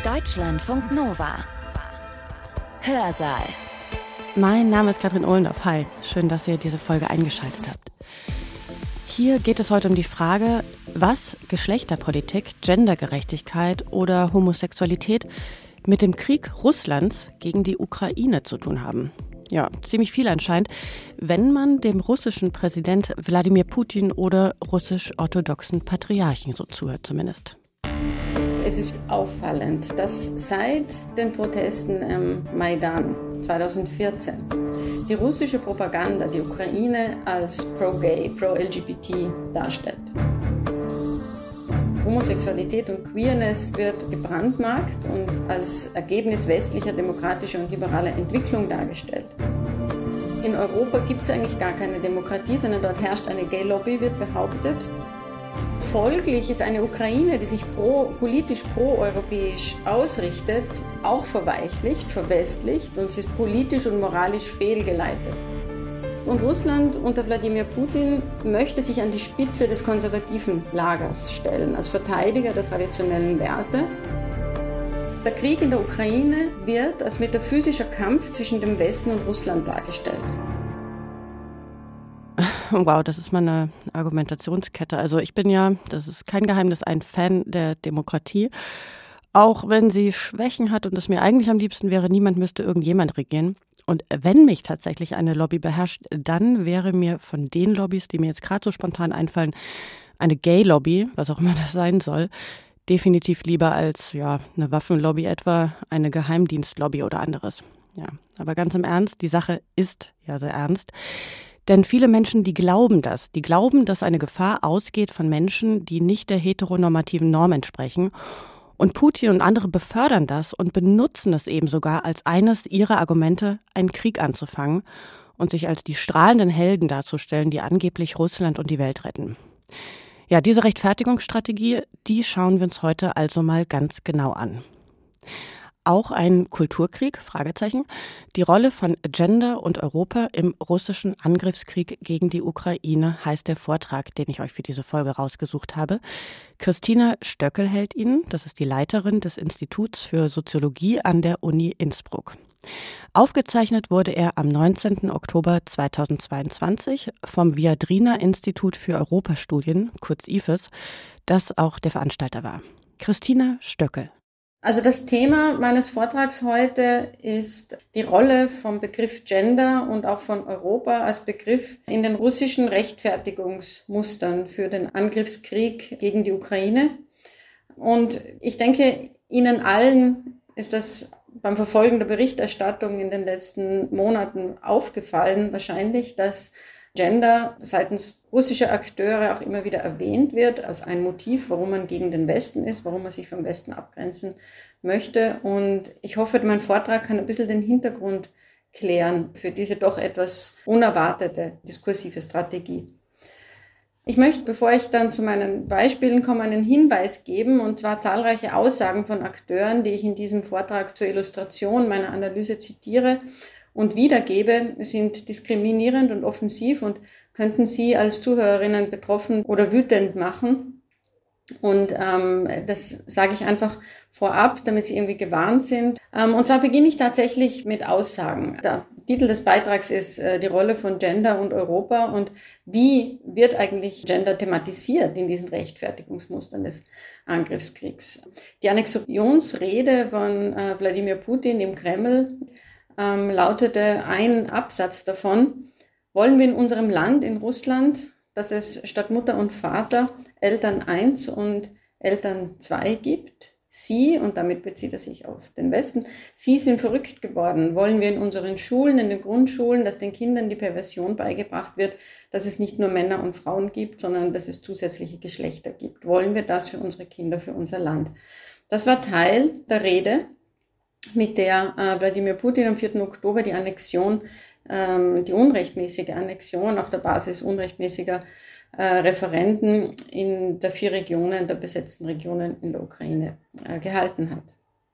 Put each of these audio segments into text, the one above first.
Deutschlandfunk Nova. Hörsaal. Mein Name ist Katrin Ohlendorf. Hi, schön, dass ihr diese Folge eingeschaltet habt. Hier geht es heute um die Frage, was Geschlechterpolitik, Gendergerechtigkeit oder Homosexualität mit dem Krieg Russlands gegen die Ukraine zu tun haben. Ja, ziemlich viel anscheinend, wenn man dem russischen Präsident Wladimir Putin oder russisch-orthodoxen Patriarchen so zuhört zumindest. Es ist auffallend, dass seit den Protesten am Maidan 2014 die russische Propaganda die Ukraine als pro-gay, pro-LGBT darstellt. Homosexualität und Queerness wird gebrandmarkt und als Ergebnis westlicher demokratischer und liberaler Entwicklung dargestellt. In Europa gibt es eigentlich gar keine Demokratie, sondern dort herrscht eine Gay-Lobby, wird behauptet. Folglich ist eine Ukraine, die sich politisch pro-europäisch ausrichtet, auch verweichlicht, verwestlicht und sie ist politisch und moralisch fehlgeleitet. Und Russland unter Wladimir Putin möchte sich an die Spitze des konservativen Lagers stellen, als Verteidiger der traditionellen Werte. Der Krieg in der Ukraine wird als metaphysischer Kampf zwischen dem Westen und Russland dargestellt. Wow, das ist mal eine Argumentationskette. Also ich bin ja, das ist kein Geheimnis, ein Fan der Demokratie. Auch wenn sie Schwächen hat und es mir eigentlich am liebsten wäre, niemand müsste irgendjemand regieren. Und wenn mich tatsächlich eine Lobby beherrscht, dann wäre mir von den Lobbys, die mir jetzt gerade so spontan einfallen, eine Gay-Lobby, was auch immer das sein soll, definitiv lieber als eine Waffenlobby etwa, eine Geheimdienstlobby oder anderes. Ja, aber ganz im Ernst, die Sache ist ja sehr ernst. Denn viele Menschen, die glauben das. Die glauben, dass eine Gefahr ausgeht von Menschen, die nicht der heteronormativen Norm entsprechen. Und Putin und andere befördern das und benutzen es eben sogar als eines ihrer Argumente, einen Krieg anzufangen und sich als die strahlenden Helden darzustellen, die angeblich Russland und die Welt retten. Ja, diese Rechtfertigungsstrategie, die schauen wir uns heute also mal ganz genau an. Auch ein Kulturkrieg? Fragezeichen. Die Rolle von Gender und Europa im russischen Angriffskrieg gegen die Ukraine heißt der Vortrag, den ich euch für diese Folge rausgesucht habe. Christina Stöckel hält ihn. Das ist die Leiterin des Instituts für Soziologie an der Uni Innsbruck. Aufgezeichnet wurde er am 19. Oktober 2022 vom Viadrina Institut für Europastudien, kurz IFES, das auch der Veranstalter war. Christina Stöckel. Also das Thema meines Vortrags heute ist die Rolle vom Begriff Gender und auch von Europa als Begriff in den russischen Rechtfertigungsmustern für den Angriffskrieg gegen die Ukraine. Und ich denke, Ihnen allen ist das beim Verfolgen der Berichterstattung in den letzten Monaten aufgefallen, wahrscheinlich, dass Gender seitens russischer Akteure auch immer wieder erwähnt wird als ein Motiv, warum man gegen den Westen ist, warum man sich vom Westen abgrenzen möchte. Und ich hoffe, mein Vortrag kann ein bisschen den Hintergrund klären für diese doch etwas unerwartete diskursive Strategie. Ich möchte, bevor ich dann zu meinen Beispielen komme, einen Hinweis geben, und zwar zahlreiche Aussagen von Akteuren, die ich in diesem Vortrag zur Illustration meiner Analyse zitiere und wiedergebe, sind diskriminierend und offensiv und könnten Sie als Zuhörerinnen betroffen oder wütend machen. Und das sage ich einfach vorab, damit Sie irgendwie gewarnt sind. Und zwar beginne ich tatsächlich mit Aussagen. Der Titel des Beitrags ist die Rolle von Gender und Europa und wie wird eigentlich Gender thematisiert in diesen Rechtfertigungsmustern des Angriffskriegs. Die Annexionsrede von Wladimir Putin im Kreml lautete ein Absatz davon: Wollen wir in unserem Land, in Russland, dass es statt Mutter und Vater Eltern 1 und Eltern 2 gibt? Sie, und damit bezieht er sich auf den Westen, sie sind verrückt geworden. Wollen wir in unseren Schulen, in den Grundschulen, dass den Kindern die Perversion beigebracht wird, dass es nicht nur Männer und Frauen gibt, sondern dass es zusätzliche Geschlechter gibt? Wollen wir das für unsere Kinder, für unser Land? Das war Teil der Rede, mit der Wladimir Putin am 4. Oktober die Annexion, die unrechtmäßige Annexion auf der Basis unrechtmäßiger Referenden in der 4 Regionen, der besetzten Regionen in der Ukraine gehalten hat.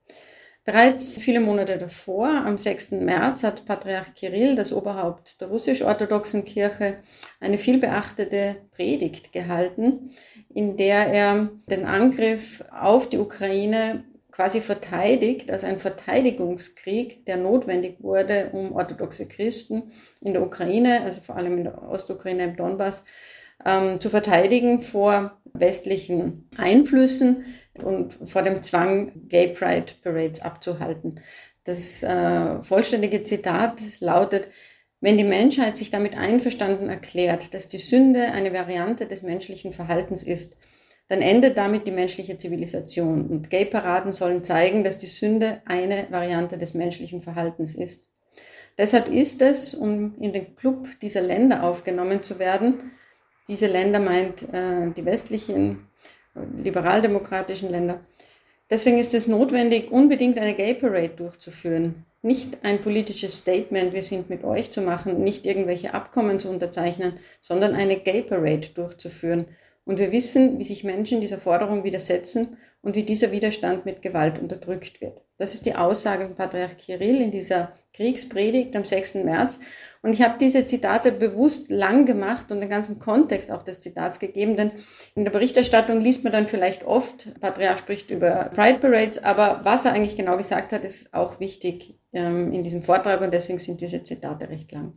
Bereits viele Monate davor, am 6. März, hat Patriarch Kirill, das Oberhaupt der russisch-orthodoxen Kirche, eine vielbeachtete Predigt gehalten, in der er den Angriff auf die Ukraine quasi verteidigt als ein Verteidigungskrieg, der notwendig wurde, um orthodoxe Christen in der Ukraine, also vor allem in der Ostukraine im Donbass, zu verteidigen vor westlichen Einflüssen und vor dem Zwang, Gay Pride Parades abzuhalten. Das vollständige Zitat lautet: Wenn die Menschheit sich damit einverstanden erklärt, dass die Sünde eine Variante des menschlichen Verhaltens ist, dann endet damit die menschliche Zivilisation. Und Gay-Paraden sollen zeigen, dass die Sünde eine Variante des menschlichen Verhaltens ist. Deshalb ist es, um in den Club dieser Länder aufgenommen zu werden, diese Länder meint die westlichen, liberaldemokratischen Länder, deswegen ist es notwendig, unbedingt eine Gay Parade durchzuführen. Nicht ein politisches Statement, wir sind mit euch zu machen, nicht irgendwelche Abkommen zu unterzeichnen, sondern eine Gay Parade durchzuführen. Und wir wissen, wie sich Menschen dieser Forderung widersetzen und wie dieser Widerstand mit Gewalt unterdrückt wird. Das ist die Aussage von Patriarch Kirill in dieser Kriegspredigt am 6. März. Und ich habe diese Zitate bewusst lang gemacht und den ganzen Kontext auch des Zitats gegeben, denn in der Berichterstattung liest man dann vielleicht oft, Patriarch spricht über Pride Parades, aber was er eigentlich genau gesagt hat, ist auch wichtig in diesem Vortrag und deswegen sind diese Zitate recht lang.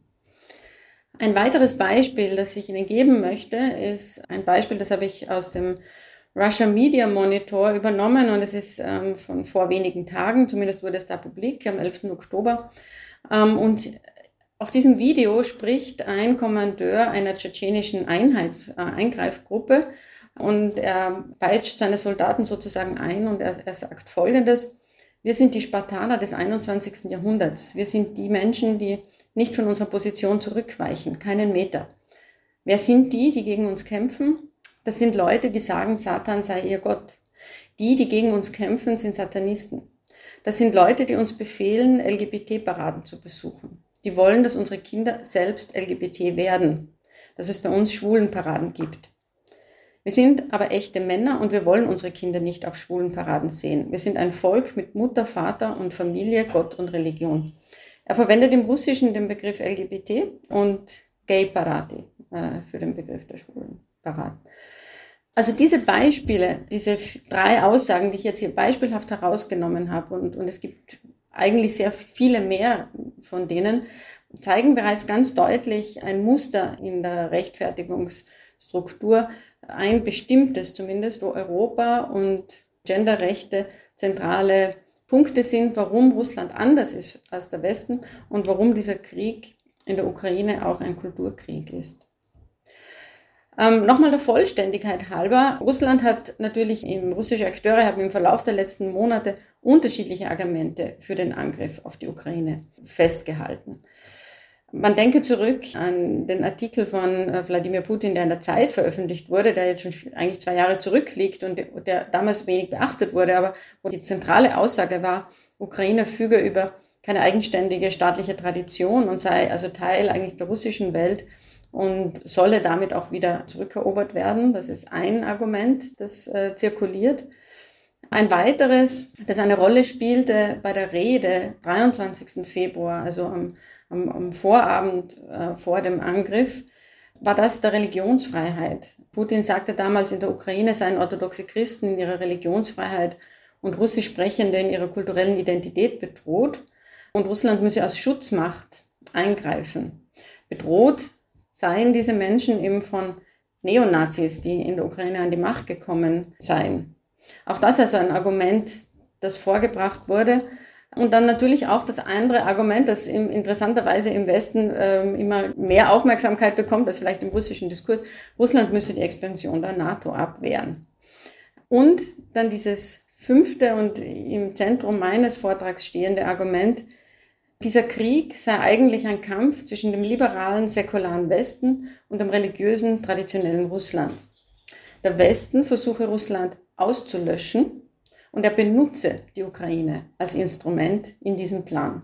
Ein weiteres Beispiel, das ich Ihnen geben möchte, ist ein Beispiel, das habe ich aus dem Russia Media Monitor übernommen und es ist von vor wenigen Tagen, zumindest wurde es da publik, am 11. Oktober. Und auf diesem Video spricht ein Kommandeur einer tschetschenischen Eingreifgruppe und er peitscht seine Soldaten sozusagen ein und er sagt Folgendes: Wir sind die Spartaner des 21. Jahrhunderts. Wir sind die Menschen, die nicht von unserer Position zurückweichen, keinen Meter. Wer sind die gegen uns kämpfen? Das sind Leute, die sagen, Satan sei ihr Gott. Die gegen uns kämpfen, sind Satanisten. Das sind Leute, die uns befehlen, LGBT-Paraden zu besuchen. Die wollen, dass unsere Kinder selbst LGBT werden, dass es bei uns Schwulenparaden gibt. Wir sind aber echte Männer und wir wollen unsere Kinder nicht auf Schwulenparaden sehen. Wir sind ein Volk mit Mutter, Vater und Familie, Gott und Religion. Er verwendet im Russischen den Begriff LGBT und Gay Parade für den Begriff der Schwulenparaden. Also diese Beispiele, diese 3 Aussagen, die ich jetzt hier beispielhaft herausgenommen habe, und es gibt eigentlich sehr viele mehr von denen, zeigen bereits ganz deutlich ein Muster in der Rechtfertigungsstruktur, ein bestimmtes zumindest, wo Europa und Genderrechte zentrale Punkte sind, warum Russland anders ist als der Westen und warum dieser Krieg in der Ukraine auch ein Kulturkrieg ist. Nochmal der Vollständigkeit halber, Russland hat natürlich, russische Akteure haben im Verlauf der letzten Monate unterschiedliche Argumente für den Angriff auf die Ukraine festgehalten. Man denke zurück an den Artikel von Wladimir Putin, der in der Zeit veröffentlicht wurde, der jetzt schon eigentlich 2 Jahre zurückliegt und der damals wenig beachtet wurde, aber wo die zentrale Aussage war, Ukraine füge über keine eigenständige staatliche Tradition und sei also Teil eigentlich der russischen Welt und solle damit auch wieder zurückerobert werden. Das ist ein Argument, das zirkuliert. Ein weiteres, das eine Rolle spielte bei der Rede 23. Februar, also am Vorabend vor dem Angriff, war das der Religionsfreiheit. Putin sagte damals, in der Ukraine seien orthodoxe Christen in ihrer Religionsfreiheit und Russisch Sprechende in ihrer kulturellen Identität bedroht und Russland müsse als Schutzmacht eingreifen. Bedroht seien diese Menschen eben von Neonazis, die in der Ukraine an die Macht gekommen seien. Auch das also ein Argument, das vorgebracht wurde. Und dann natürlich auch das andere Argument, das interessanterweise im Westen immer mehr Aufmerksamkeit bekommt, als vielleicht im russischen Diskurs: Russland müsse die Expansion der NATO abwehren. Und dann dieses 5. und im Zentrum meines Vortrags stehende Argument: Dieser Krieg sei eigentlich ein Kampf zwischen dem liberalen, säkularen Westen und dem religiösen, traditionellen Russland. Der Westen versuche Russland auszulöschen und er benutze die Ukraine als Instrument in diesem Plan.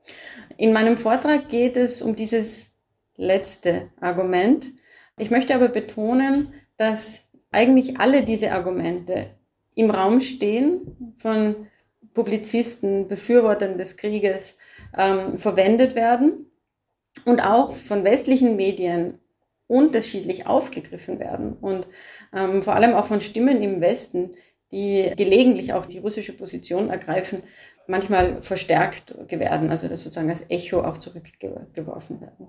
In meinem Vortrag geht es um dieses letzte Argument. Ich möchte aber betonen, dass eigentlich alle diese Argumente im Raum stehen, von Publizisten, Befürwortern des Krieges verwendet werden und auch von westlichen Medien unterschiedlich aufgegriffen werden und vor allem auch von Stimmen im Westen, die gelegentlich auch die russische Position ergreifen, manchmal verstärkt werden, also das sozusagen als Echo auch zurückgeworfen werden.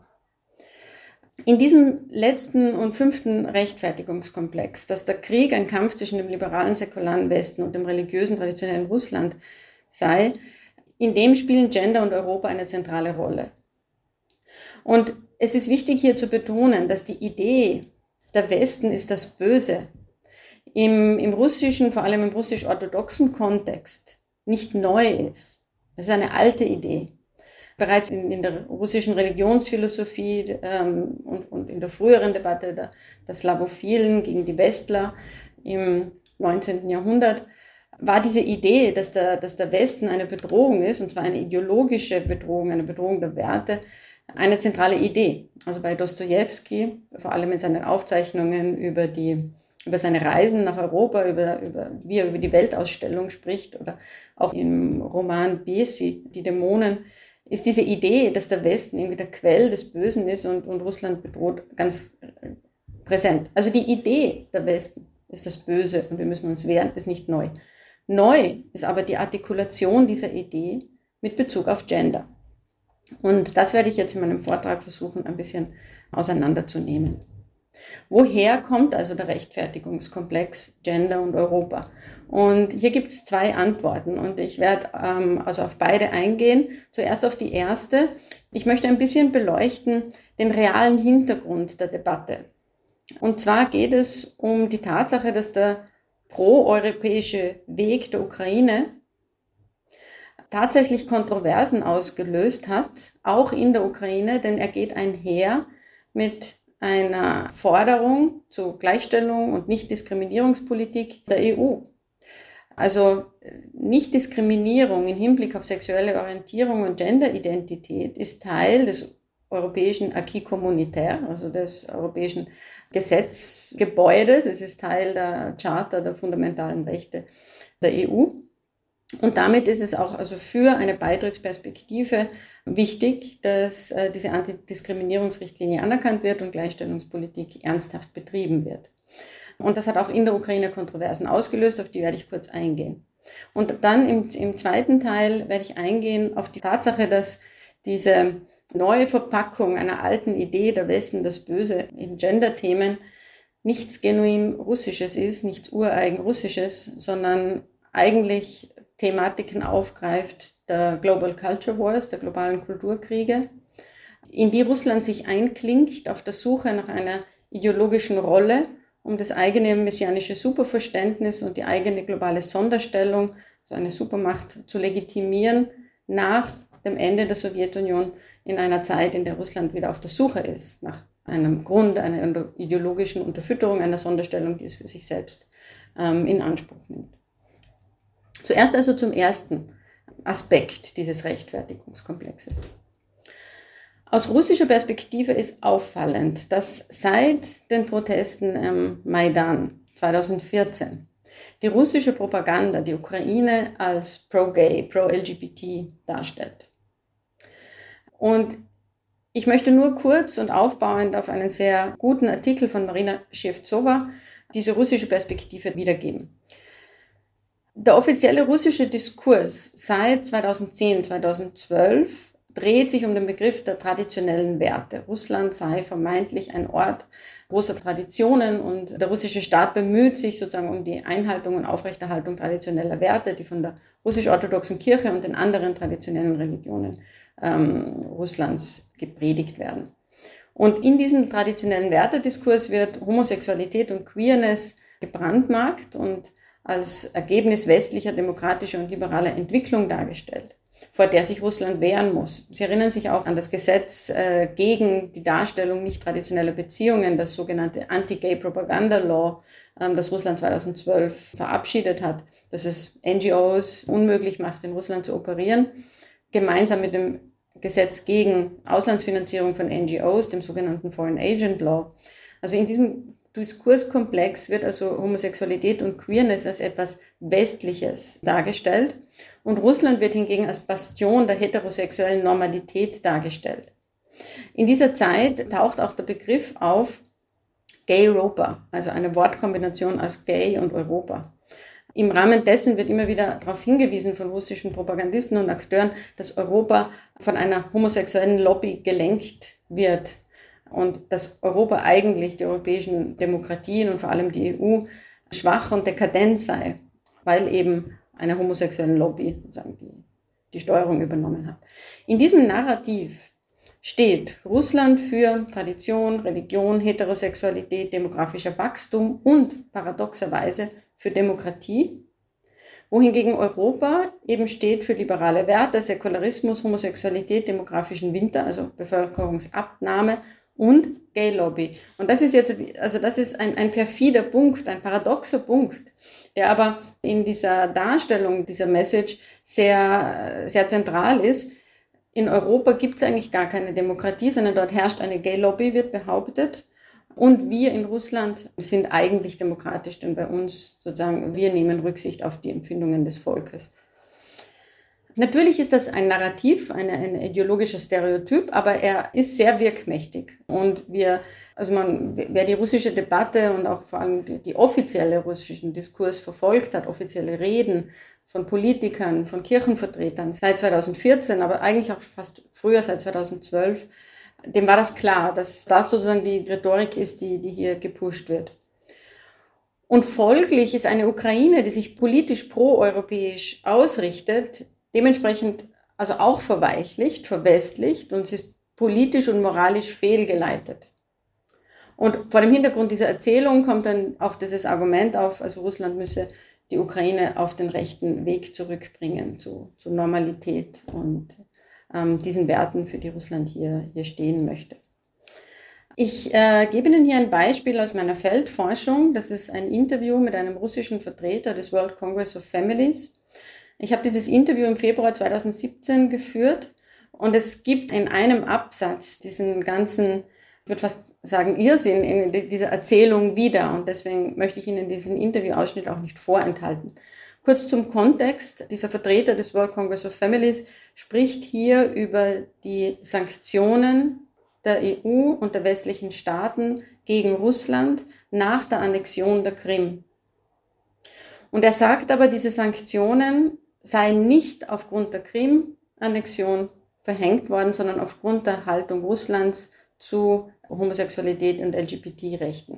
In diesem letzten und 5. Rechtfertigungskomplex, dass der Krieg ein Kampf zwischen dem liberalen, säkularen Westen und dem religiösen, traditionellen Russland sei, in dem spielen Gender und Europa eine zentrale Rolle. Und es ist wichtig hier zu betonen, dass die Idee, der Westen ist das Böse, im russischen, vor allem im russisch-orthodoxen Kontext nicht neu ist. Das ist eine alte Idee. Bereits in der russischen Religionsphilosophie und in der früheren Debatte der Slawophilen gegen die Westler im 19. Jahrhundert war diese Idee, dass der Westen eine Bedrohung ist, und zwar eine ideologische Bedrohung, eine Bedrohung der Werte, eine zentrale Idee. Also bei Dostojewski, vor allem in seinen Aufzeichnungen über seine Reisen nach Europa, wie er über die Weltausstellung spricht, oder auch im Roman Biesi, die Dämonen, ist diese Idee, dass der Westen irgendwie der Quell des Bösen ist und Russland bedroht, ganz präsent. Also die Idee, der Westen ist das Böse und wir müssen uns wehren, ist nicht neu. Neu ist aber die Artikulation dieser Idee mit Bezug auf Gender. Und das werde ich jetzt in meinem Vortrag versuchen, ein bisschen auseinanderzunehmen. Woher kommt also der Rechtfertigungskomplex Gender und Europa? Und hier gibt es 2 Antworten und ich werde also auf beide eingehen. Zuerst auf die erste. Ich möchte ein bisschen beleuchten den realen Hintergrund der Debatte. Und zwar geht es um die Tatsache, dass der proeuropäische Weg der Ukraine tatsächlich Kontroversen ausgelöst hat, auch in der Ukraine, denn er geht einher mit einer Forderung zur Gleichstellung und Nichtdiskriminierungspolitik der EU. Also Nichtdiskriminierung im Hinblick auf sexuelle Orientierung und Genderidentität ist Teil des europäischen Acquis communautaire, also des europäischen Gesetzgebäudes. Es ist Teil der Charta der fundamentalen Rechte der EU. Und damit ist es auch also für eine Beitrittsperspektive wichtig, dass diese Antidiskriminierungsrichtlinie anerkannt wird und Gleichstellungspolitik ernsthaft betrieben wird. Und das hat auch in der Ukraine Kontroversen ausgelöst, auf die werde ich kurz eingehen. Und dann im zweiten Teil werde ich eingehen auf die Tatsache, dass diese neue Verpackung einer alten Idee, der Westen das Böse in Gender-Themen, nichts genuin Russisches ist, nichts ureigen Russisches, sondern eigentlich Thematiken aufgreift der Global Culture Wars, der globalen Kulturkriege, in die Russland sich einklinkt auf der Suche nach einer ideologischen Rolle, um das eigene messianische Superverständnis und die eigene globale Sonderstellung, so eine Supermacht, zu legitimieren nach dem Ende der Sowjetunion in einer Zeit, in der Russland wieder auf der Suche ist nach einem Grund, einer ideologischen Unterfütterung, einer Sonderstellung, die es für sich selbst in Anspruch nimmt. Zuerst also zum ersten Aspekt dieses Rechtfertigungskomplexes. Aus russischer Perspektive ist auffallend, dass seit den Protesten am Maidan 2014 die russische Propaganda die Ukraine als pro-gay, pro-LGBT darstellt. Und ich möchte nur kurz und aufbauend auf einen sehr guten Artikel von Marina Shevtsova diese russische Perspektive wiedergeben. Der offizielle russische Diskurs seit 2010, 2012 dreht sich um den Begriff der traditionellen Werte. Russland sei vermeintlich ein Ort großer Traditionen und der russische Staat bemüht sich sozusagen um die Einhaltung und Aufrechterhaltung traditioneller Werte, die von der russisch-orthodoxen Kirche und den anderen traditionellen Religionen Russlands gepredigt werden. Und in diesem traditionellen Wertediskurs wird Homosexualität und Queerness gebrandmarkt und als Ergebnis westlicher, demokratischer und liberaler Entwicklung dargestellt, vor der sich Russland wehren muss. Sie erinnern sich auch an das Gesetz gegen die Darstellung nicht traditioneller Beziehungen, das sogenannte Anti-Gay-Propaganda-Law, das Russland 2012 verabschiedet hat, das es NGOs unmöglich macht, in Russland zu operieren, gemeinsam mit dem Gesetz gegen Auslandsfinanzierung von NGOs, dem sogenannten Foreign Agent Law. Also in diesem Diskurskomplex wird also Homosexualität und Queerness als etwas Westliches dargestellt und Russland wird hingegen als Bastion der heterosexuellen Normalität dargestellt. In dieser Zeit taucht auch der Begriff auf Gay Europa, also eine Wortkombination aus Gay und Europa. Im Rahmen dessen wird immer wieder darauf hingewiesen von russischen Propagandisten und Akteuren, dass Europa von einer homosexuellen Lobby gelenkt wird und dass Europa eigentlich, die europäischen Demokratien und vor allem die EU, schwach und dekadent sei, weil eben eine homosexuelle Lobby sozusagen die Steuerung übernommen hat. In diesem Narrativ steht Russland für Tradition, Religion, Heterosexualität, demografischer Wachstum und paradoxerweise für Demokratie, wohingegen Europa eben steht für liberale Werte, Säkularismus, Homosexualität, demografischen Winter, also Bevölkerungsabnahme und Gay-Lobby. Und das ist jetzt, also das ist ein perfider Punkt, ein paradoxer Punkt, der aber in dieser Darstellung dieser Message sehr, sehr zentral ist. In Europa gibt es eigentlich gar keine Demokratie, sondern dort herrscht eine Gay-Lobby, wird behauptet. Und wir in Russland sind eigentlich demokratisch, denn bei uns sozusagen, wir nehmen Rücksicht auf die Empfindungen des Volkes. Natürlich ist das ein Narrativ, ein ideologischer Stereotyp, aber er ist sehr wirkmächtig. Und wer die russische Debatte und auch vor allem die offizielle russischen Diskurs verfolgt hat, offizielle Reden von Politikern, von Kirchenvertretern seit 2014, aber eigentlich auch fast früher, seit 2012, dem war das klar, dass das sozusagen die Rhetorik ist, die hier gepusht wird. Und folglich ist eine Ukraine, die sich politisch proeuropäisch ausrichtet, dementsprechend also auch verweichlicht, verwestlicht und sie ist politisch und moralisch fehlgeleitet. Und vor dem Hintergrund dieser Erzählung kommt dann auch dieses Argument auf, also Russland müsse die Ukraine auf den rechten Weg zurückbringen, zu Normalität und diesen Werten, für die Russland hier stehen möchte. Ich gebe Ihnen hier ein Beispiel aus meiner Feldforschung. Das ist ein Interview mit einem russischen Vertreter des World Congress of Families. Ich habe dieses Interview im Februar 2017 geführt und es gibt in einem Absatz diesen ganzen, ich würde fast sagen, Irrsinn in dieser Erzählung wieder und deswegen möchte ich Ihnen diesen Interviewausschnitt auch nicht vorenthalten. Kurz zum Kontext, dieser Vertreter des World Congress of Families spricht hier über die Sanktionen der EU und der westlichen Staaten gegen Russland nach der Annexion der Krim. Und er sagt aber, diese Sanktionen seien nicht aufgrund der Krim-Annexion verhängt worden, sondern aufgrund der Haltung Russlands zu Homosexualität und LGBT-Rechten.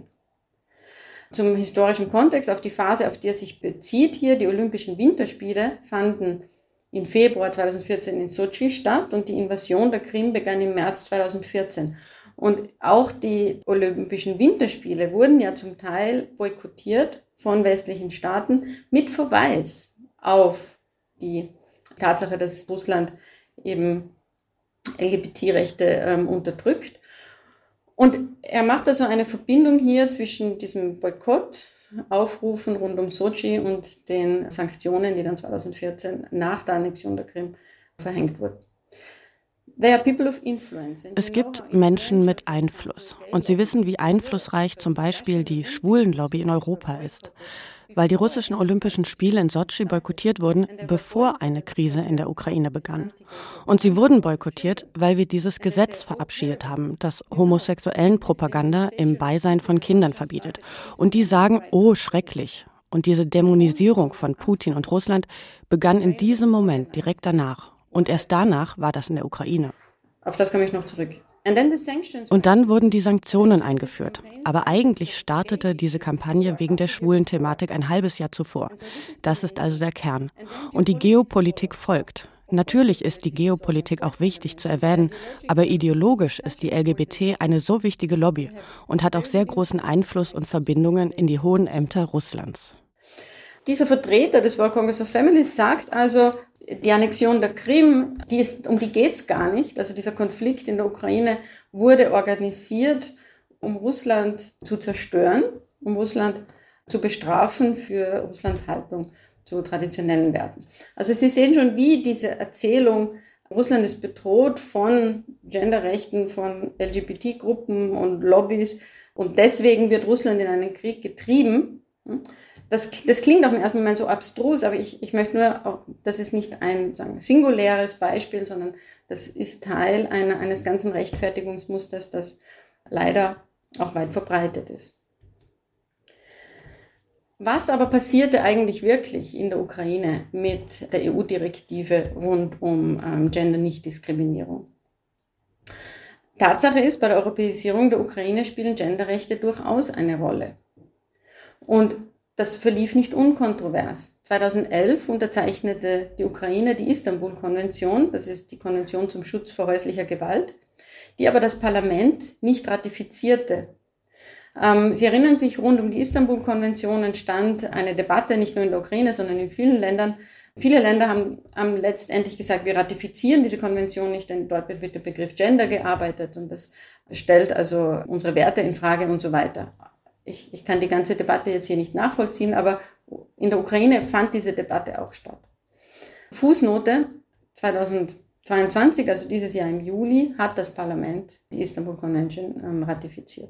Zum historischen Kontext, auf die Phase, auf die er sich bezieht hier, die Olympischen Winterspiele fanden im Februar 2014 in Sotschi statt und die Invasion der Krim begann im März 2014. Und auch die Olympischen Winterspiele wurden ja zum Teil boykottiert von westlichen Staaten mit Verweis auf die Tatsache, dass Russland eben LGBT-Rechte unterdrückt. Und er macht also eine Verbindung hier zwischen diesem Boykottaufrufen rund um Sotschi und den Sanktionen, die dann 2014 nach der Annexion der Krim verhängt wurden. Es gibt Menschen mit Einfluss und sie wissen, wie einflussreich zum Beispiel die Schwulenlobby in Europa ist. Weil die russischen Olympischen Spiele in Sotschi boykottiert wurden, bevor eine Krise in der Ukraine begann. Und sie wurden boykottiert, weil wir dieses Gesetz verabschiedet haben, das homosexuellen Propaganda im Beisein von Kindern verbietet. Und die sagen, oh, schrecklich. Und diese Dämonisierung von Putin und Russland begann in diesem Moment direkt danach. Und erst danach war das in der Ukraine. Auf das komme ich noch zurück. Und dann wurden die Sanktionen eingeführt. Aber eigentlich startete diese Kampagne wegen der schwulen Thematik ein halbes Jahr zuvor. Das ist also der Kern. Und die Geopolitik folgt. Natürlich ist die Geopolitik auch wichtig zu erwähnen, aber ideologisch ist die LGBT eine so wichtige Lobby und hat auch sehr großen Einfluss und Verbindungen in die hohen Ämter Russlands. Dieser Vertreter des World Congress of Families sagt also, die Annexion der Krim, um die geht es gar nicht. Also dieser Konflikt in der Ukraine wurde organisiert, um Russland zu zerstören, um Russland zu bestrafen für Russlands Haltung zu traditionellen Werten. Also Sie sehen schon, wie diese Erzählung, Russland ist bedroht von Genderrechten, von LGBT-Gruppen und Lobbys und deswegen wird Russland in einen Krieg getrieben. Das klingt auf den ersten Moment so abstrus, aber ich möchte nur, auch, das ist nicht ein singuläres Beispiel, sondern das ist Teil eines ganzen Rechtfertigungsmusters, das leider auch weit verbreitet ist. Was aber passierte eigentlich wirklich in der Ukraine mit der EU-Direktive rund um Gender-Nichtdiskriminierung? Tatsache ist, bei der Europäisierung der Ukraine spielen Genderrechte durchaus eine Rolle. Und das verlief nicht unkontrovers. 2011 unterzeichnete die Ukraine die Istanbul-Konvention, das ist die Konvention zum Schutz vor häuslicher Gewalt, die aber das Parlament nicht ratifizierte. Sie erinnern sich, rund um die Istanbul-Konvention entstand eine Debatte, nicht nur in der Ukraine, sondern in vielen Ländern. Viele Länder haben letztendlich gesagt, wir ratifizieren diese Konvention nicht, denn dort wird mit dem Begriff Gender gearbeitet und das stellt also unsere Werte in Frage und so weiter. Ich kann die ganze Debatte jetzt hier nicht nachvollziehen, aber in der Ukraine fand diese Debatte auch statt. Fußnote: 2022, also dieses Jahr im Juli, hat das Parlament die Istanbul Convention ratifiziert.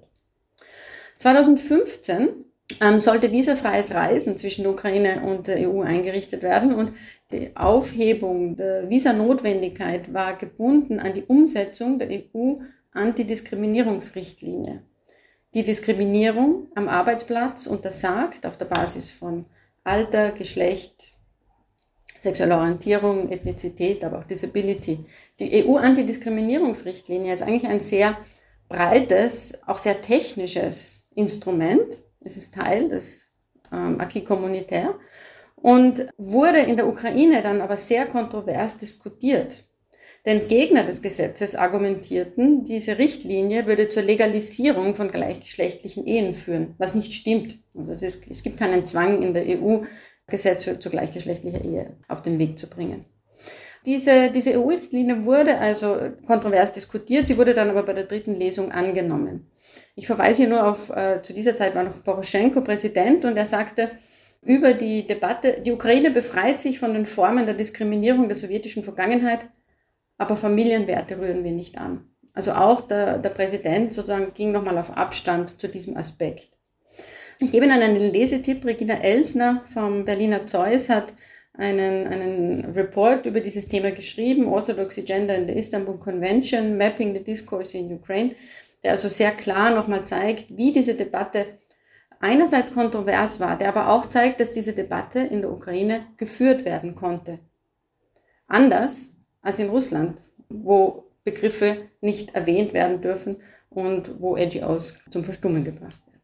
2015 sollte visafreies Reisen zwischen der Ukraine und der EU eingerichtet werden und die Aufhebung der Visanotwendigkeit war gebunden an die Umsetzung der EU-Antidiskriminierungsrichtlinie. Die Diskriminierung am Arbeitsplatz untersagt auf der Basis von Alter, Geschlecht, sexueller Orientierung, Ethnizität, aber auch Disability. Die EU-Antidiskriminierungsrichtlinie ist eigentlich ein sehr breites, auch sehr technisches Instrument. Es ist Teil des Acquis communautaire und wurde in der Ukraine dann aber sehr kontrovers diskutiert. Denn Gegner des Gesetzes argumentierten, diese Richtlinie würde zur Legalisierung von gleichgeschlechtlichen Ehen führen, was nicht stimmt. Also es gibt keinen Zwang in der EU, Gesetze zu gleichgeschlechtlicher Ehe auf den Weg zu bringen. Diese EU-Richtlinie wurde also kontrovers diskutiert, sie wurde dann aber bei der 3. Lesung angenommen. Ich verweise hier nur auf, zu dieser Zeit war noch Poroschenko Präsident und er sagte über die Debatte, die Ukraine befreit sich von den Formen der Diskriminierung der sowjetischen Vergangenheit, aber Familienwerte rühren wir nicht an. Also auch der Präsident sozusagen ging nochmal auf Abstand zu diesem Aspekt. Ich gebe Ihnen einen Lesetipp. Regina Elsner vom Berliner Zeus hat einen Report über dieses Thema geschrieben, Orthodoxy Gender in the Istanbul Convention, Mapping the Discourse in Ukraine, der also sehr klar nochmal zeigt, wie diese Debatte einerseits kontrovers war, der aber auch zeigt, dass diese Debatte in der Ukraine geführt werden konnte. Anders als in Russland, wo Begriffe nicht erwähnt werden dürfen und wo NGOs zum Verstummen gebracht werden.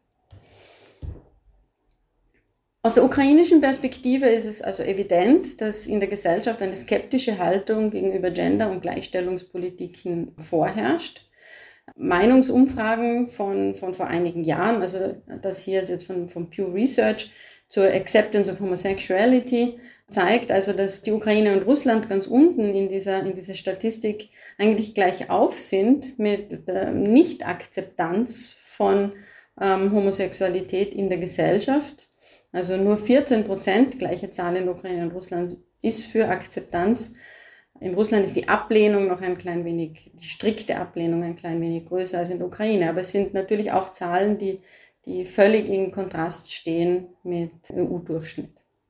Aus der ukrainischen Perspektive ist es also evident, dass in der Gesellschaft eine skeptische Haltung gegenüber Gender- und Gleichstellungspolitiken vorherrscht. Meinungsumfragen von vor einigen Jahren, also das hier ist jetzt von Pew Research zur Acceptance of Homosexuality, zeigt also, dass die Ukraine und Russland ganz unten in dieser Statistik eigentlich gleich auf sind mit der Nicht-Akzeptanz von Homosexualität in der Gesellschaft. Also nur 14%, gleiche Zahl in der Ukraine und Russland, ist für Akzeptanz. In Russland ist die Ablehnung noch ein klein wenig, die strikte Ablehnung ein klein wenig größer als in der Ukraine. Aber es sind natürlich auch Zahlen, die völlig in Kontrast stehen mit EU-Durchschnitt.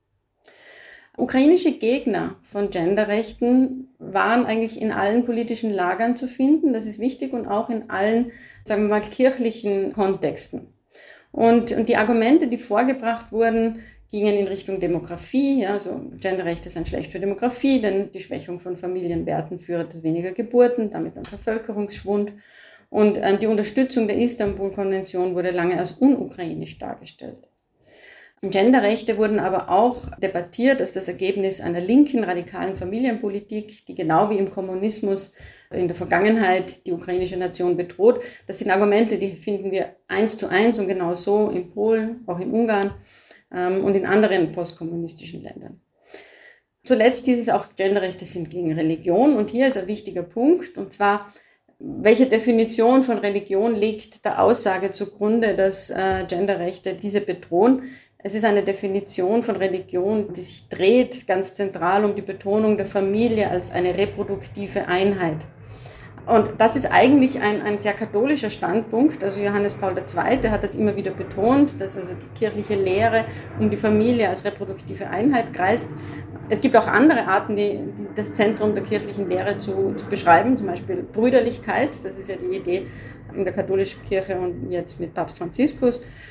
Ukrainische Gegner von Genderrechten waren eigentlich in allen politischen Lagern zu finden, das ist wichtig, und auch in allen, sagen wir mal, kirchlichen Kontexten. Und die Argumente, die vorgebracht wurden, gingen in Richtung Demografie. Ja, also Genderrechte sind schlecht für Demografie, denn die Schwächung von Familienwerten führt zu weniger Geburten, damit ein Bevölkerungsschwund. Und die Unterstützung der Istanbul-Konvention wurde lange als unukrainisch dargestellt. Genderrechte wurden aber auch debattiert als das Ergebnis einer linken, radikalen Familienpolitik, die genau wie im Kommunismus in der Vergangenheit die ukrainische Nation bedroht. Das sind Argumente, die finden wir 1:1 und genau so in Polen, auch in Ungarn und in anderen postkommunistischen Ländern. Zuletzt hieß es auch, Genderrechte sind gegen Religion, und hier ist ein wichtiger Punkt, und zwar, welche Definition von Religion liegt der Aussage zugrunde, dass Genderrechte diese bedrohen? Es ist eine Definition von Religion, die sich dreht ganz zentral um die Betonung der Familie als eine reproduktive Einheit. Und das ist eigentlich ein sehr katholischer Standpunkt. Also Johannes Paul II. Hat das immer wieder betont, dass also die kirchliche Lehre um die Familie als reproduktive Einheit kreist. Es gibt auch andere Arten, das Zentrum der kirchlichen Lehre zu beschreiben, zum Beispiel Brüderlichkeit. Das ist ja die Idee in der katholischen Kirche und jetzt mit Papst Franziskus.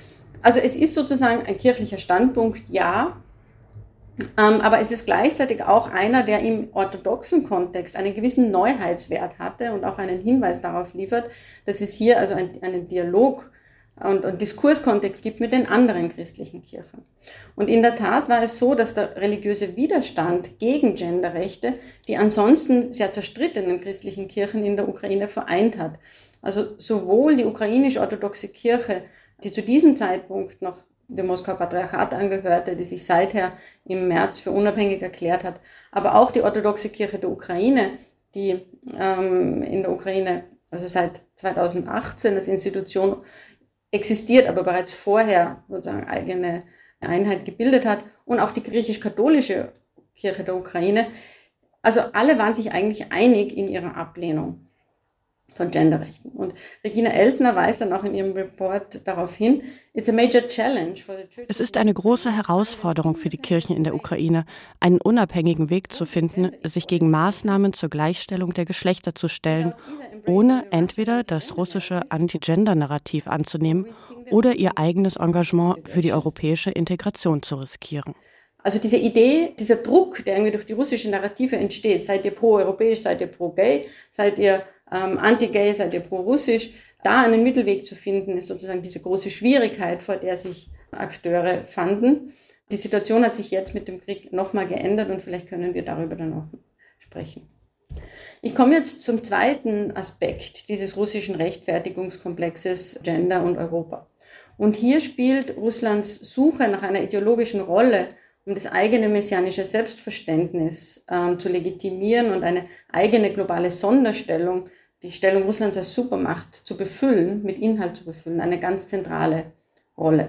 Also es ist sozusagen ein kirchlicher Standpunkt, ja, aber es ist gleichzeitig auch einer, der im orthodoxen Kontext einen gewissen Neuheitswert hatte und auch einen Hinweis darauf liefert, dass es hier also einen Dialog und Diskurskontext gibt mit den anderen christlichen Kirchen. Und in der Tat war es so, dass der religiöse Widerstand gegen Genderrechte die ansonsten sehr zerstrittenen christlichen Kirchen in der Ukraine vereint hat. Also sowohl die ukrainisch-orthodoxe Kirche, die zu diesem Zeitpunkt noch dem Moskauer Patriarchat angehörte, die sich seither im März für unabhängig erklärt hat, aber auch die orthodoxe Kirche der Ukraine, die in der Ukraine also seit 2018 als Institution existiert, aber bereits vorher sozusagen eigene Einheit gebildet hat, und auch die griechisch-katholische Kirche der Ukraine. Also alle waren sich eigentlich einig in ihrer Ablehnung von Genderrechten. Und Regina Elsner weist dann auch in ihrem Report darauf hin, it's a major challenge for the church. Es ist eine große Herausforderung für die Kirchen in der Ukraine, einen unabhängigen Weg zu finden, sich gegen Maßnahmen zur Gleichstellung der Geschlechter zu stellen, ohne entweder das russische Anti-Gender-Narrativ anzunehmen oder ihr eigenes Engagement für die europäische Integration zu riskieren. Also diese Idee, dieser Druck, der irgendwie durch die russische Narrative entsteht, seid ihr pro-europäisch, seid ihr pro-gay, seid ihr anti-gay, seid ihr pro-russisch, da einen Mittelweg zu finden, ist sozusagen diese große Schwierigkeit, vor der sich Akteure fanden. Die Situation hat sich jetzt mit dem Krieg nochmal geändert und vielleicht können wir darüber dann auch sprechen. Ich komme jetzt zum zweiten Aspekt dieses russischen Rechtfertigungskomplexes Gender und Europa. Und hier spielt Russlands Suche nach einer ideologischen Rolle, um das eigene messianische Selbstverständnis zu legitimieren und eine eigene globale Sonderstellung, die Stellung Russlands als Supermacht zu befüllen, mit Inhalt zu befüllen, eine ganz zentrale Rolle.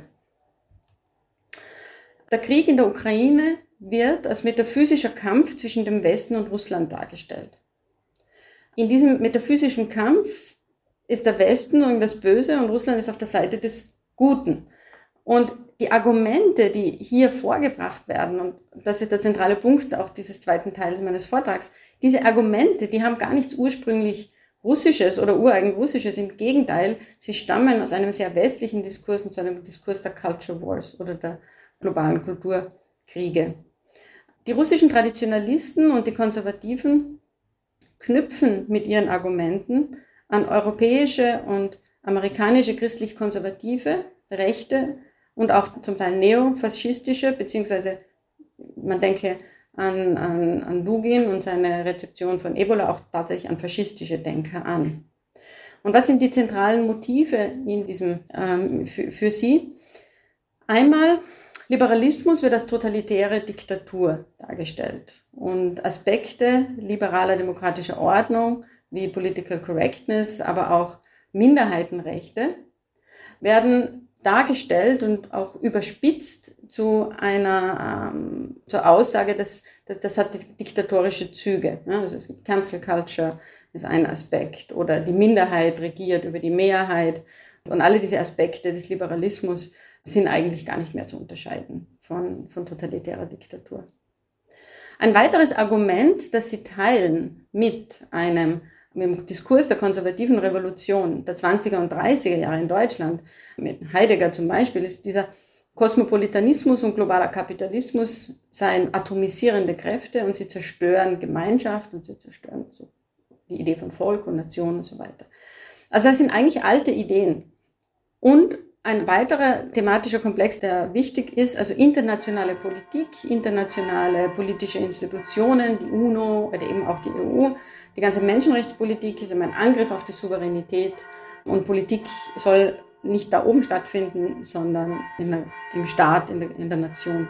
Der Krieg in der Ukraine wird als metaphysischer Kampf zwischen dem Westen und Russland dargestellt. In diesem metaphysischen Kampf ist der Westen und das Böse und Russland ist auf der Seite des Guten. Und die Argumente, die hier vorgebracht werden, und das ist der zentrale Punkt auch dieses zweiten Teils meines Vortrags, diese Argumente, die haben gar nichts ursprünglich Russisches oder ureigen Russisches. Im Gegenteil, sie stammen aus einem sehr westlichen Diskurs und zu einem Diskurs der Culture Wars oder der globalen Kulturkriege. Die russischen Traditionalisten und die Konservativen knüpfen mit ihren Argumenten an europäische und amerikanische christlich-konservative Rechte und auch zum Teil neofaschistische, beziehungsweise man denke an Dugin und seine Rezeption von Ebola auch tatsächlich an faschistische Denker an. Und was sind die zentralen Motive in diesem, für sie? Einmal, Liberalismus wird als totalitäre Diktatur dargestellt und Aspekte liberaler demokratischer Ordnung wie Political Correctness, aber auch Minderheitenrechte werden dargestellt und auch überspitzt zur Aussage, das hat diktatorische Züge. Also es gibt Cancel Culture, ist ein Aspekt, oder die Minderheit regiert über die Mehrheit. Und alle diese Aspekte des Liberalismus sind eigentlich gar nicht mehr zu unterscheiden von totalitärer Diktatur. Ein weiteres Argument, das sie teilen mit dem Diskurs der konservativen Revolution der 20er und 30er Jahre in Deutschland, mit Heidegger zum Beispiel, ist dieser Kosmopolitanismus und globaler Kapitalismus seien atomisierende Kräfte und sie zerstören Gemeinschaft und sie zerstören so die Idee von Volk und Nation und so weiter. Also das sind eigentlich alte Ideen. Und ein weiterer thematischer Komplex, der wichtig ist, also internationale Politik, internationale politische Institutionen, die UNO oder eben auch die EU. Die ganze Menschenrechtspolitik ist immer ein Angriff auf die Souveränität und Politik soll nicht da oben stattfinden, sondern im Staat, in der Nation.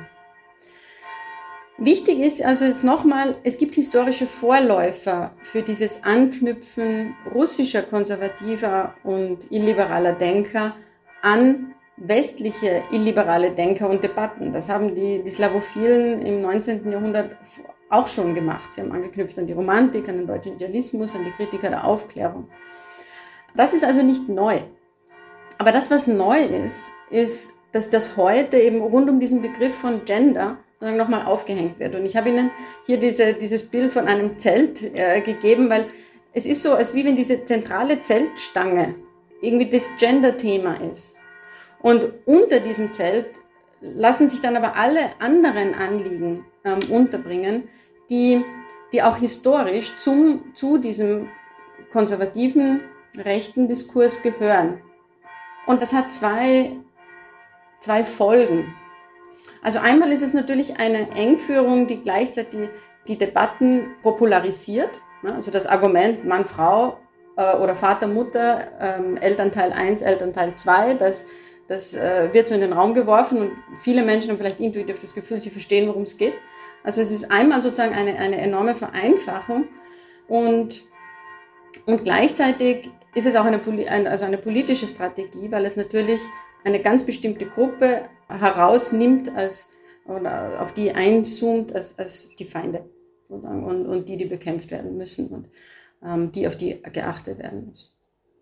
Wichtig ist also jetzt nochmal, es gibt historische Vorläufer für dieses Anknüpfen russischer konservativer und illiberaler Denker an westliche illiberale Denker und Debatten. Das haben die Slavophilen im 19. Jahrhundert auch schon gemacht. Sie haben angeknüpft an die Romantik, an den deutschen Idealismus, an die Kritiker der Aufklärung. Das ist also nicht neu. Aber das, was neu ist, dass das heute eben rund um diesen Begriff von Gender nochmal aufgehängt wird. Und ich habe Ihnen hier dieses Bild von einem Zelt gegeben, weil es ist so, als wie wenn diese zentrale Zeltstange irgendwie das Gender-Thema ist. Und unter diesem Zelt lassen sich dann aber alle anderen Anliegen unterbringen, die auch historisch zu diesem konservativen rechten Diskurs gehören. Und das hat zwei Folgen. Also einmal ist es natürlich eine Engführung, die gleichzeitig die Debatten popularisiert. Also das Argument Mann, Frau oder Vater, Mutter, Elternteil 1, Elternteil 2, das wird so in den Raum geworfen und viele Menschen haben vielleicht intuitiv das Gefühl, sie verstehen, worum es geht. Also es ist einmal sozusagen eine enorme Vereinfachung und gleichzeitig ist es auch eine politische Strategie, weil es natürlich eine ganz bestimmte Gruppe herausnimmt oder auf die einzoomt als die Feinde und die bekämpft werden müssen und auf die geachtet werden muss.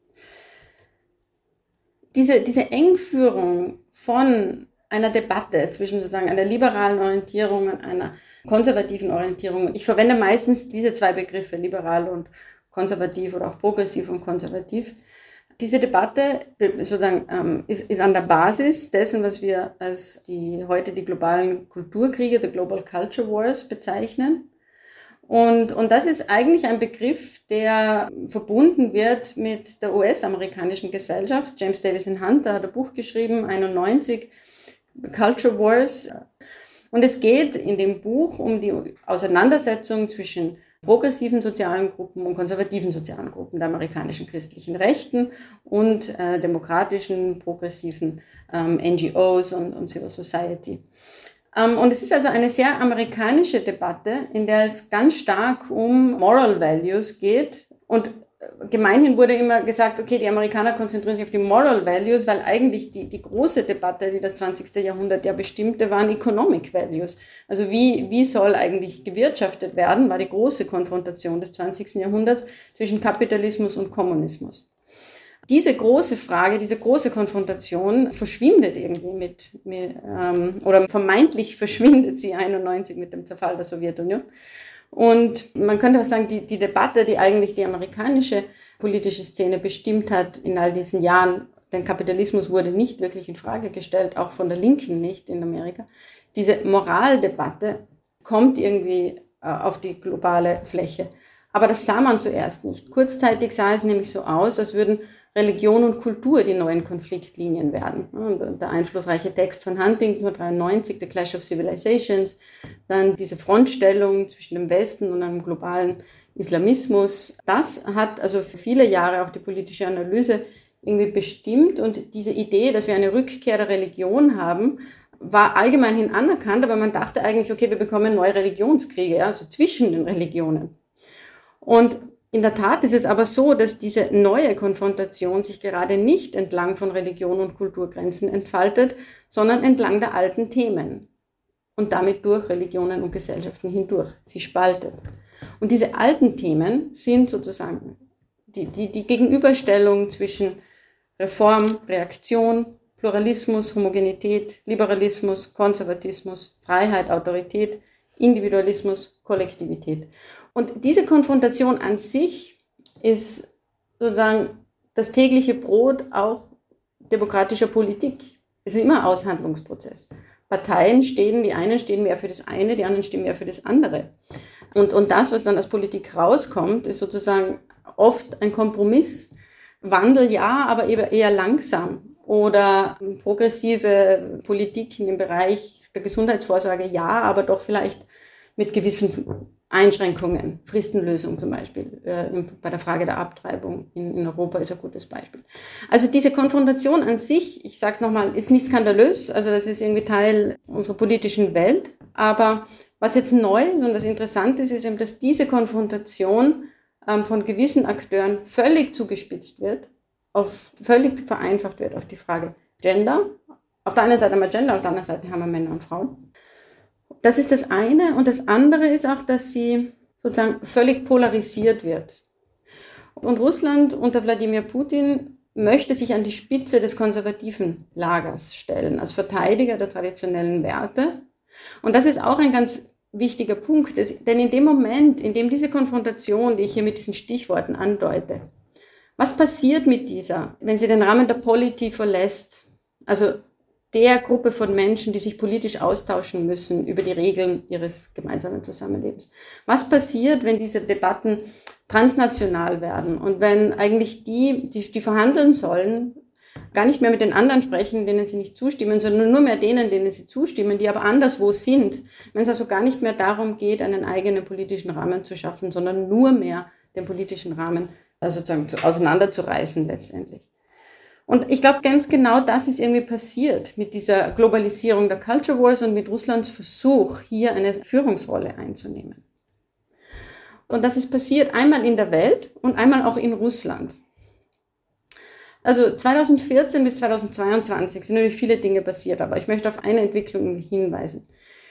Diese Engführung von einer Debatte zwischen sozusagen einer liberalen Orientierung und einer konservativen Orientierung. Ich verwende meistens diese zwei Begriffe, liberal und konservativ oder auch progressiv und konservativ. Diese Debatte sozusagen ist an der Basis dessen, was wir als heute die globalen Kulturkriege, the Global Culture Wars bezeichnen. Und das ist eigentlich ein Begriff, der verbunden wird mit der US-amerikanischen Gesellschaft. James Davison Hunter hat ein Buch geschrieben, 1991, Culture Wars. Und es geht in dem Buch um die Auseinandersetzung zwischen progressiven sozialen Gruppen und konservativen sozialen Gruppen der amerikanischen christlichen Rechten und demokratischen, progressiven NGOs und Civil Society. Und es ist also eine sehr amerikanische Debatte, in der es ganz stark um Moral Values geht. Und gemeinhin wurde immer gesagt, okay, die Amerikaner konzentrieren sich auf die Moral Values, weil eigentlich die große Debatte, die das 20. Jahrhundert ja bestimmte, waren Economic Values. Also wie soll eigentlich gewirtschaftet werden, war die große Konfrontation des 20. Jahrhunderts zwischen Kapitalismus und Kommunismus. Diese große Frage, diese große Konfrontation verschwindet irgendwie oder vermeintlich verschwindet sie 91 mit dem Zerfall der Sowjetunion. Und man könnte auch sagen, die Debatte, die eigentlich die amerikanische politische Szene bestimmt hat in all diesen Jahren, denn Kapitalismus wurde nicht wirklich in Frage gestellt, auch von der Linken nicht in Amerika. Diese Moraldebatte kommt irgendwie auf die globale Fläche. Aber das sah man zuerst nicht. Kurzzeitig sah es nämlich so aus, als würden Religion und Kultur die neuen Konfliktlinien werden. Und der einflussreiche Text von Huntington 1993, The Clash of Civilizations, dann diese Frontstellung zwischen dem Westen und einem globalen Islamismus. Das hat also für viele Jahre auch die politische Analyse irgendwie bestimmt und diese Idee, dass wir eine Rückkehr der Religion haben, war allgemeinhin anerkannt, aber man dachte eigentlich, okay, wir bekommen neue Religionskriege, also zwischen den Religionen. Und in der Tat ist es aber so, dass diese neue Konfrontation sich gerade nicht entlang von Religion und Kulturgrenzen entfaltet, sondern entlang der alten Themen und damit durch Religionen und Gesellschaften hindurch. Sie spaltet. Und diese alten Themen sind sozusagen die Gegenüberstellung zwischen Reform, Reaktion, Pluralismus, Homogenität, Liberalismus, Konservatismus, Freiheit, Autorität, Individualismus, Kollektivität. Und diese Konfrontation an sich ist sozusagen das tägliche Brot auch demokratischer Politik. Es ist immer ein Aushandlungsprozess. Parteien die einen stehen mehr für das eine, die anderen stehen mehr für das andere. Und das, was dann als Politik rauskommt, ist sozusagen oft ein Kompromisswandel, ja, aber eben eher langsam. Oder progressive Politiken im Bereich der Gesundheitsvorsorge, ja, aber doch vielleicht mit gewissen Einschränkungen, Fristenlösung zum Beispiel, bei der Frage der Abtreibung in Europa ist ein gutes Beispiel. Also diese Konfrontation an sich, ich sage es nochmal, ist nicht skandalös, also das ist irgendwie Teil unserer politischen Welt, aber was jetzt neu ist und was interessant ist eben, dass diese Konfrontation von gewissen Akteuren völlig zugespitzt wird, völlig vereinfacht wird auf die Frage Gender. Auf der einen Seite haben wir Gender, auf der anderen Seite haben wir Männer und Frauen. Das ist das eine. Und das andere ist auch, dass sie sozusagen völlig polarisiert wird. Und Russland unter Wladimir Putin möchte sich an die Spitze des konservativen Lagers stellen, als Verteidiger der traditionellen Werte. Und das ist auch ein ganz wichtiger Punkt, denn in dem Moment, in dem diese Konfrontation, die ich hier mit diesen Stichworten andeute, was passiert mit dieser, wenn sie den Rahmen der Polity verlässt? Also der Gruppe von Menschen, die sich politisch austauschen müssen über die Regeln ihres gemeinsamen Zusammenlebens. Was passiert, wenn diese Debatten transnational werden und wenn eigentlich die verhandeln sollen, gar nicht mehr mit den anderen sprechen, denen sie nicht zustimmen, sondern nur mehr denen, denen sie zustimmen, die aber anderswo sind. Wenn es also gar nicht mehr darum geht, einen eigenen politischen Rahmen zu schaffen, sondern nur mehr den politischen Rahmen sozusagen auseinanderzureißen letztendlich. Und ich glaube, ganz genau das ist irgendwie passiert mit dieser Globalisierung der Culture Wars und mit Russlands Versuch, hier eine Führungsrolle einzunehmen. Und das ist passiert einmal in der Welt und einmal auch in Russland. Also 2014 bis 2022 sind natürlich viele Dinge passiert, aber ich möchte auf eine Entwicklung hinweisen.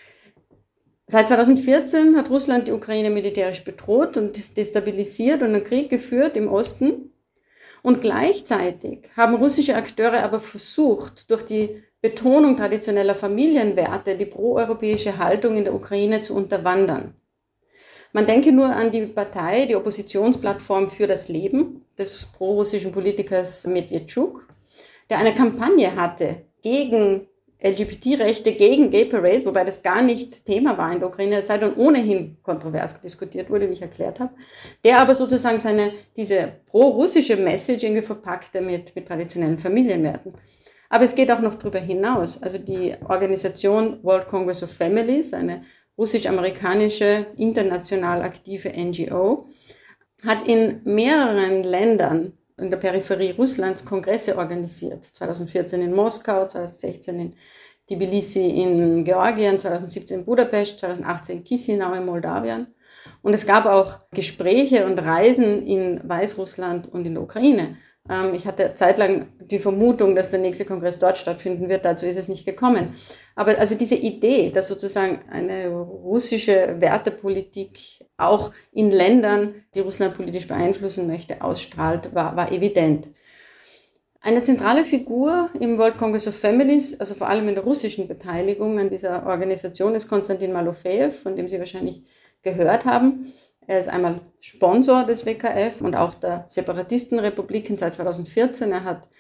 Seit 2014 hat Russland die Ukraine militärisch bedroht und destabilisiert und einen Krieg geführt im Osten. Und gleichzeitig haben russische Akteure aber versucht, durch die Betonung traditioneller Familienwerte die proeuropäische Haltung in der Ukraine zu unterwandern. Man denke nur an die Partei, die Oppositionsplattform für das Leben des prorussischen Politikers Medvedchuk, der eine Kampagne hatte gegen LGBT-Rechte, gegen Gay Parade, wobei das gar nicht Thema war in der Ukraine der Zeit und ohnehin kontrovers diskutiert wurde, wie ich erklärt habe, der aber sozusagen diese pro-russische Message irgendwie verpackte mit traditionellen Familienwerten. Aber es geht auch noch darüber hinaus. Also die Organisation World Congress of Families, eine russisch-amerikanische, international aktive NGO, hat in mehreren Ländern in der Peripherie Russlands Kongresse organisiert. 2014 in Moskau, 2016 in Tbilisi in Georgien, 2017 in Budapest, 2018 in Chisinau in Moldawien. Und es gab auch Gespräche und Reisen in Weißrussland und in der Ukraine. Ich hatte zeitlang die Vermutung, dass der nächste Kongress dort stattfinden wird. Dazu ist es nicht gekommen. Aber also diese Idee, dass sozusagen eine russische Wertepolitik auch in Ländern, die Russland politisch beeinflussen möchte, ausstrahlt, war evident. Eine zentrale Figur im World Congress of Families, also vor allem in der russischen Beteiligung an dieser Organisation, ist Konstantin Malofejew, von dem Sie wahrscheinlich gehört haben. Er ist einmal Sponsor des WKF und auch der Separatistenrepubliken seit 2014. Er hat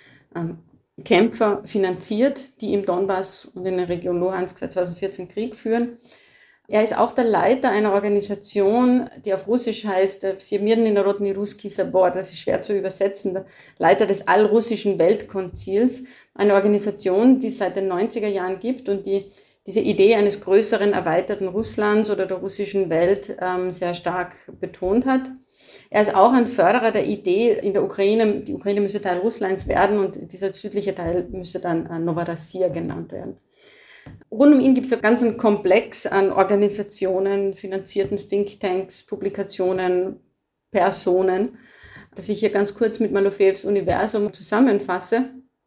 Kämpfer finanziert, die im Donbass und in der Region Luhansk seit 2014 Krieg führen. Er ist auch der Leiter einer Organisation, die auf Russisch heißt Всемирный народный русский собор, das ist schwer zu übersetzen, der Leiter des allrussischen Weltkonzils, eine Organisation, die es seit den 90er Jahren gibt und die diese Idee eines größeren, erweiterten Russlands oder der russischen Welt sehr stark betont hat. Er ist auch ein Förderer der Idee in der Ukraine, die Ukraine müsse Teil Russlands werden und dieser südliche Teil müsse dann Novorossiya genannt werden. Rund um ihn gibt es einen ganzen Komplex an Organisationen, finanzierten Thinktanks, Publikationen, Personen, das ich hier ganz kurz mit Malofejews Universum zusammenfasse,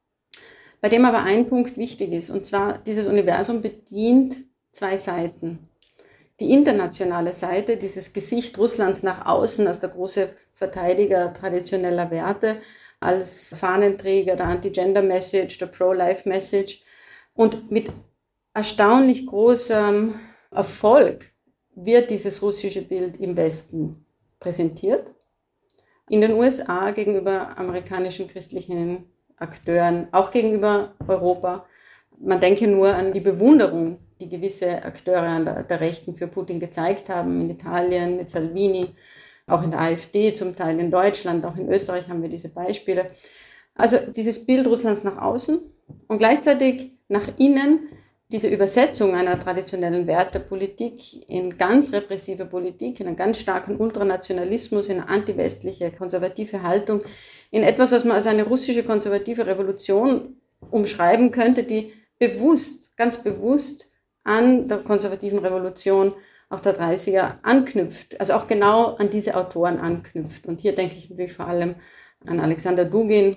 bei dem aber ein Punkt wichtig ist, und zwar dieses Universum bedient zwei Seiten. Die internationale Seite, dieses Gesicht Russlands nach außen als der große Verteidiger traditioneller Werte, als Fahnenträger der Anti-Gender-Message, der Pro-Life-Message und mit erstaunlich großem Erfolg wird dieses russische Bild im Westen präsentiert. In den USA gegenüber amerikanischen christlichen Akteuren, auch gegenüber Europa. Man denke nur an die Bewunderung, die gewisse Akteure an der Rechten für Putin gezeigt haben, in Italien mit Salvini, auch in der AfD, zum Teil in Deutschland, auch in Österreich haben wir diese Beispiele. Also dieses Bild Russlands nach außen und gleichzeitig nach innen diese Übersetzung einer traditionellen Wertepolitik in ganz repressive Politik, in einen ganz starken Ultranationalismus, in eine antiwestliche, konservative Haltung, in etwas, was man als eine russische konservative Revolution umschreiben könnte, die ganz bewusst an der konservativen Revolution auch der 30er anknüpft, also auch genau an diese Autoren anknüpft. Und hier denke ich natürlich vor allem an Alexander Dugin,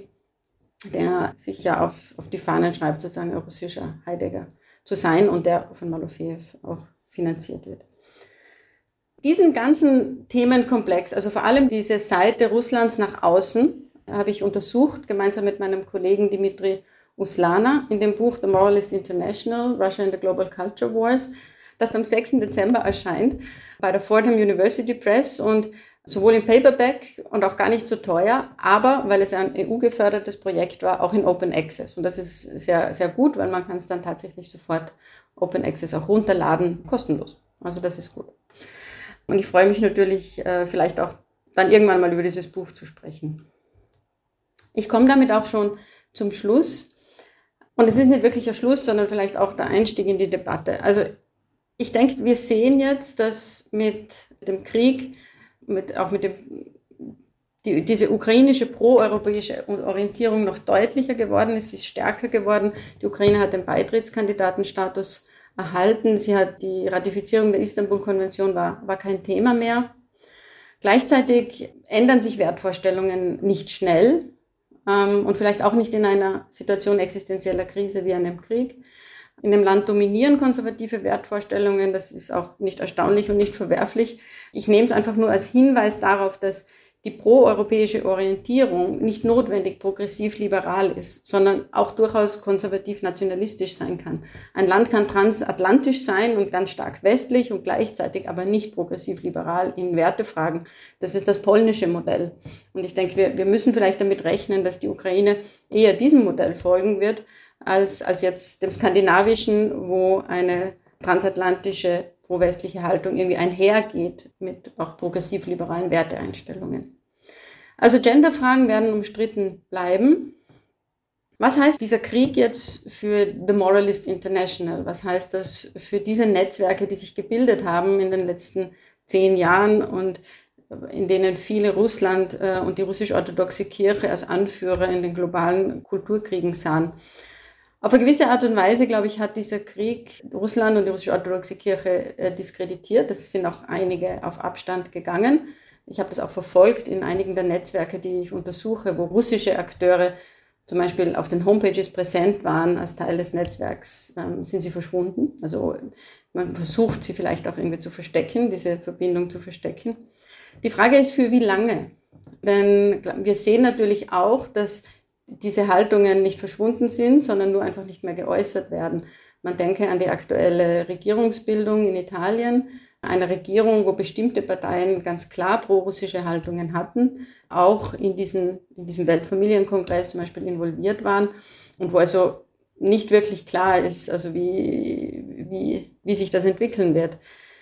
der sich ja auf die Fahnen schreibt, sozusagen ein russischer Heidegger zu sein und der von Malofejew auch finanziert wird. Diesen ganzen Themenkomplex, also vor allem diese Seite Russlands nach außen, habe ich untersucht, gemeinsam mit meinem Kollegen Dimitri Uslana in dem Buch The Moralist International, Russia and the Global Culture Wars. das am 6. Dezember erscheint bei der Fordham University Press und sowohl im Paperback und auch gar nicht so teuer, aber weil es ein EU-gefördertes Projekt war, auch in Open Access. Und das ist sehr, sehr gut, weil man kann es dann tatsächlich sofort Open Access auch runterladen, kostenlos. Also das ist gut. Und ich freue mich natürlich, vielleicht auch dann irgendwann mal über dieses Buch zu sprechen. Ich komme damit auch schon zum Schluss. Und es ist nicht wirklich ein Schluss, sondern vielleicht auch der Einstieg in die Debatte. Also ich denke, wir sehen jetzt, dass mit dem Krieg, diese ukrainische pro-europäische Orientierung noch deutlicher geworden ist, sie ist stärker geworden. Die Ukraine hat den Beitrittskandidatenstatus erhalten. Sie hat die Ratifizierung der Istanbul-Konvention war kein Thema mehr. Gleichzeitig ändern sich Wertvorstellungen nicht schnell und vielleicht auch nicht in einer Situation existenzieller Krise wie einem Krieg. In dem Land dominieren konservative Wertvorstellungen, das ist auch nicht erstaunlich und nicht verwerflich. Ich nehme es einfach nur als Hinweis darauf, dass die proeuropäische Orientierung nicht notwendig progressiv-liberal ist, sondern auch durchaus konservativ-nationalistisch sein kann. Ein Land kann transatlantisch sein und ganz stark westlich und gleichzeitig aber nicht progressiv-liberal in Wertefragen. Das ist das polnische Modell. Und ich denke, wir müssen vielleicht damit rechnen, dass die Ukraine eher diesem Modell folgen wird, als jetzt dem skandinavischen, wo eine transatlantische pro-westliche Haltung irgendwie einhergeht mit auch progressiv-liberalen Werteeinstellungen. Also Genderfragen werden umstritten bleiben. Was heißt dieser Krieg jetzt für The Moralist International? Was heißt das für diese Netzwerke, die sich gebildet haben in den letzten 10 Jahren und in denen viele Russland und die russisch-orthodoxe Kirche als Anführer in den globalen Kulturkriegen sahen? Auf eine gewisse Art und Weise, glaube ich, hat dieser Krieg Russland und die russisch-orthodoxe Kirche diskreditiert. Es sind auch einige auf Abstand gegangen. Ich habe das auch verfolgt in einigen der Netzwerke, die ich untersuche, wo russische Akteure zum Beispiel auf den Homepages präsent waren als Teil des Netzwerks, sind sie verschwunden. Also man versucht sie vielleicht auch irgendwie zu verstecken, diese Verbindung zu verstecken. Die Frage ist, für wie lange? Denn wir sehen natürlich auch, dass diese Haltungen nicht verschwunden sind, sondern nur einfach nicht mehr geäußert werden. Man denke an die aktuelle Regierungsbildung in Italien, eine Regierung, wo bestimmte Parteien ganz klar pro-russische Haltungen hatten, auch in diesem Weltfamilienkongress zum Beispiel involviert waren und wo also nicht wirklich klar ist, also wie sich das entwickeln wird.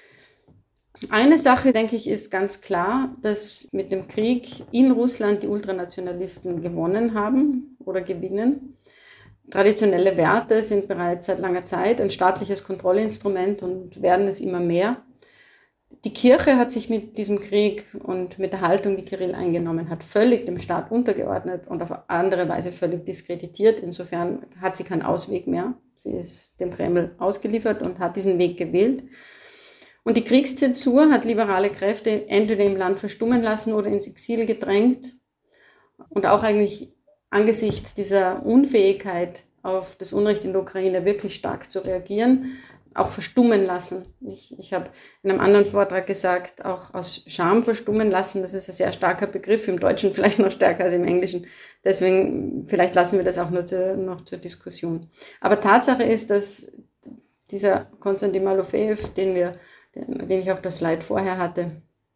Eine Sache, denke ich, ist ganz klar, dass mit dem Krieg in Russland die Ultranationalisten gewonnen haben oder gewinnen. Traditionelle Werte sind bereits seit langer Zeit ein staatliches Kontrollinstrument und werden es immer mehr. Die Kirche hat sich mit diesem Krieg und mit der Haltung, die Kirill eingenommen hat, völlig dem Staat untergeordnet und auf andere Weise völlig diskreditiert. Insofern hat sie keinen Ausweg mehr. Sie ist dem Kreml ausgeliefert und hat diesen Weg gewählt. Und die Kriegszensur hat liberale Kräfte entweder im Land verstummen lassen oder ins Exil gedrängt. Und auch eigentlich angesichts dieser Unfähigkeit auf das Unrecht in der Ukraine wirklich stark zu reagieren, auch verstummen lassen. Ich habe in einem anderen Vortrag gesagt, auch aus Scham verstummen lassen. Das ist ein sehr starker Begriff, im Deutschen vielleicht noch stärker als im Englischen. Deswegen, vielleicht lassen wir das auch noch zur Diskussion. Aber Tatsache ist, dass dieser Konstantin Malofejew, den ich auf der Slide vorher hatte,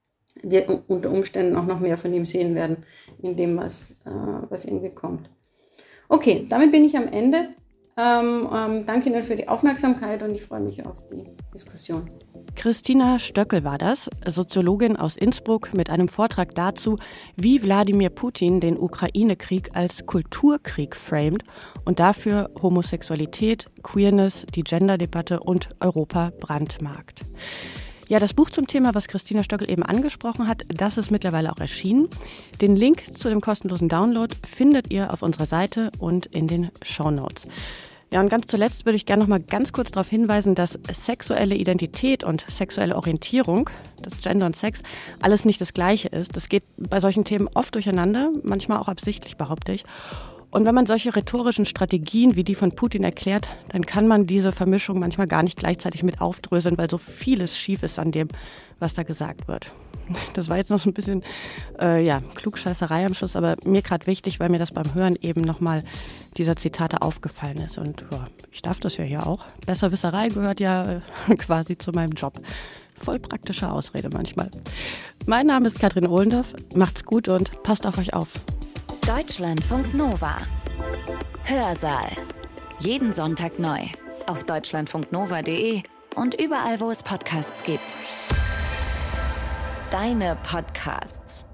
wir unter Umständen auch noch mehr von ihm sehen werden, in dem, was irgendwie kommt. Okay, damit bin ich am Ende. Danke Ihnen für die Aufmerksamkeit und ich freue mich auf die Diskussion. Christina Stöckel war das, Soziologin aus Innsbruck, mit einem Vortrag dazu, wie Wladimir Putin den Ukraine-Krieg als Kulturkrieg framet und dafür Homosexualität, Queerness, die Gender-Debatte und Europa brandmarkt. Ja, das Buch zum Thema, was Christina Stöckel eben angesprochen hat, das ist mittlerweile auch erschienen. Den Link zu dem kostenlosen Download findet ihr auf unserer Seite und in den Shownotes. Ja, und ganz zuletzt würde ich gerne noch mal ganz kurz darauf hinweisen, dass sexuelle Identität und sexuelle Orientierung, das Gender und Sex, alles nicht das Gleiche ist. Das geht bei solchen Themen oft durcheinander, manchmal auch absichtlich, behaupte ich. Und wenn man solche rhetorischen Strategien wie die von Putin erklärt, dann kann man diese Vermischung manchmal gar nicht gleichzeitig mit aufdröseln, weil so vieles schief ist an dem, was da gesagt wird. Das war jetzt noch so ein bisschen Klugscheißerei am Schluss, aber mir gerade wichtig, weil mir das beim Hören eben nochmal dieser Zitate aufgefallen ist. Und ja, ich darf das ja hier auch. Besserwisserei gehört ja quasi zu meinem Job. Voll praktische Ausrede manchmal. Mein Name ist Katrin Ohlendorf. Macht's gut und passt auf euch auf. Deutschlandfunk Nova. Hörsaal. Jeden Sonntag neu. Auf deutschlandfunknova.de und überall, wo es Podcasts gibt. Deine Podcasts.